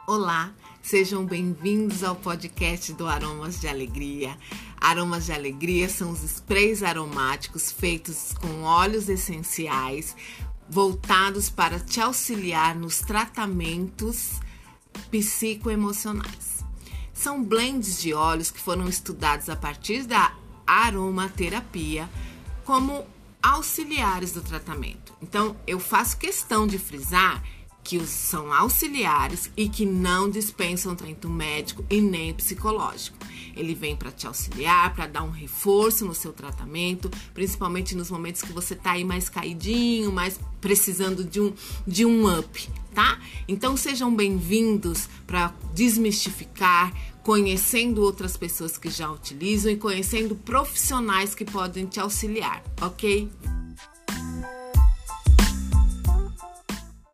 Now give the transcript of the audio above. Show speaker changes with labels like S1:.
S1: Olá, sejam bem-vindos ao podcast do Aromas de Alegria. Aromas de Alegria são os sprays aromáticos feitos com óleos essenciais voltados para te auxiliar nos tratamentos psicoemocionais. São blends de óleos que foram estudados a partir da aromaterapia como auxiliares do tratamento. Então, eu faço questão de frisar que são auxiliares e que não dispensam tratamento médico e nem psicológico. Ele vem para te auxiliar, para dar um reforço no seu tratamento, principalmente nos momentos que você tá aí mais caidinho, mais precisando de um up, tá? Então sejam bem-vindos para desmistificar, conhecendo outras pessoas que já utilizam e conhecendo profissionais que podem te auxiliar, ok?